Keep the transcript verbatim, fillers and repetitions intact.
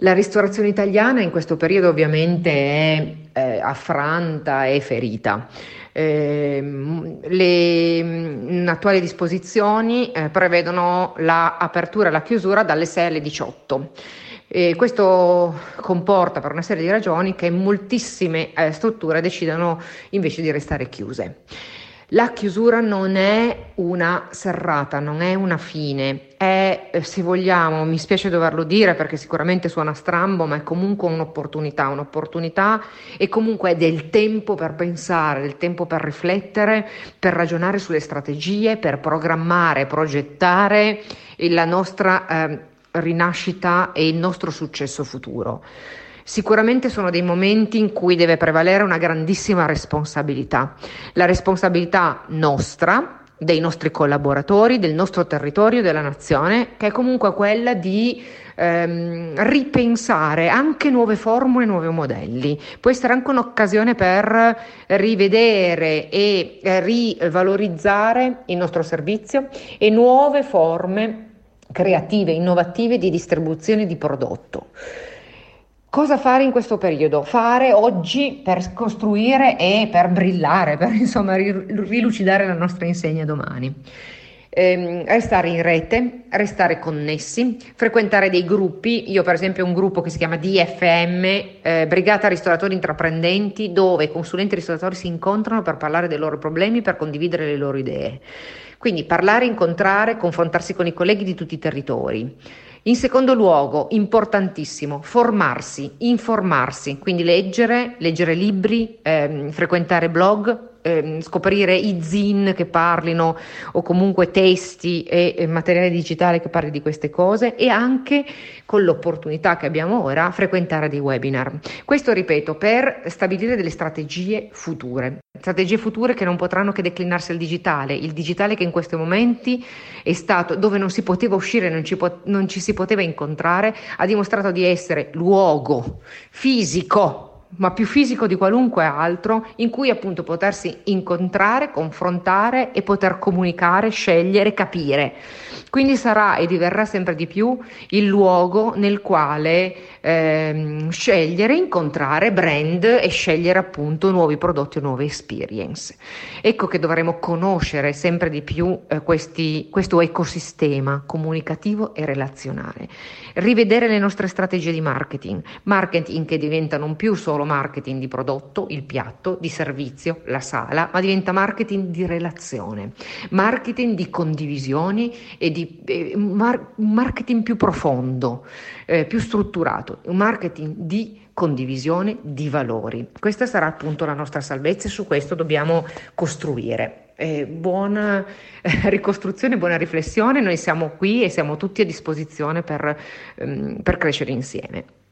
La ristorazione italiana in questo periodo ovviamente è eh, affranta e ferita. Eh, le mh, attuali disposizioni eh, prevedono l'apertura e la chiusura dalle sei alle diciotto. E questo comporta, per una serie di ragioni, che moltissime eh, strutture decidano invece di restare chiuse. La chiusura non è una serrata, non è una fine, è, eh, se vogliamo, mi spiace doverlo dire perché sicuramente suona strambo, ma è comunque un'opportunità, un'opportunità e comunque è del tempo per pensare, del tempo per riflettere, per ragionare sulle strategie, per programmare, progettare la nostra eh, rinascita e il nostro successo futuro. Sicuramente sono dei momenti in cui deve prevalere una grandissima responsabilità, la responsabilità nostra, dei nostri collaboratori, del nostro territorio, della nazione, che è comunque quella di ehm, ripensare anche nuove formule, nuovi modelli. Può essere anche un'occasione per rivedere e rivalorizzare il nostro servizio e nuove forme creative, innovative di distribuzione di prodotto. Cosa fare in questo periodo? Fare oggi per costruire e per brillare, per insomma rilucidare la nostra insegna domani. Eh, restare in rete, restare connessi, frequentare dei gruppi. Io per esempio ho un gruppo che si chiama D F M, eh, Brigata Ristoratori Intraprendenti, dove consulenti ristoratori si incontrano per parlare dei loro problemi, per condividere le loro idee. Quindi parlare, incontrare, confrontarsi con i colleghi di tutti i territori. In secondo luogo, importantissimo, formarsi, informarsi, quindi leggere, leggere libri, ehm, frequentare blog, ehm, scoprire i zin che parlino o comunque testi e, e materiale digitale che parli di queste cose e anche con l'opportunità che abbiamo ora frequentare dei webinar. Questo, ripeto, per stabilire delle strategie future. Strategie future che non potranno che declinarsi al digitale, il digitale che in questi momenti è stato dove non si poteva uscire, non ci, po- non ci si poteva incontrare, ha dimostrato di essere luogo fisico, ma più fisico di qualunque altro, in cui appunto potersi incontrare, confrontare e poter comunicare, scegliere, capire. Quindi sarà e diverrà sempre di più il luogo nel quale ehm, scegliere, incontrare brand e scegliere appunto nuovi prodotti o nuove experience. Ecco che dovremo conoscere sempre di più eh, questi, questo ecosistema comunicativo e relazionale. Rivedere le nostre strategie di marketing, marketing che diventa non più solo marketing di prodotto, il piatto, di servizio, la sala, ma diventa marketing di relazione, marketing di condivisioni e di eh, mar- marketing più profondo, eh, più strutturato, un marketing di condivisione di valori. Questa sarà appunto la nostra salvezza e su questo dobbiamo costruire. Eh, buona eh, ricostruzione, buona riflessione, noi siamo qui e siamo tutti a disposizione per, ehm, per crescere insieme.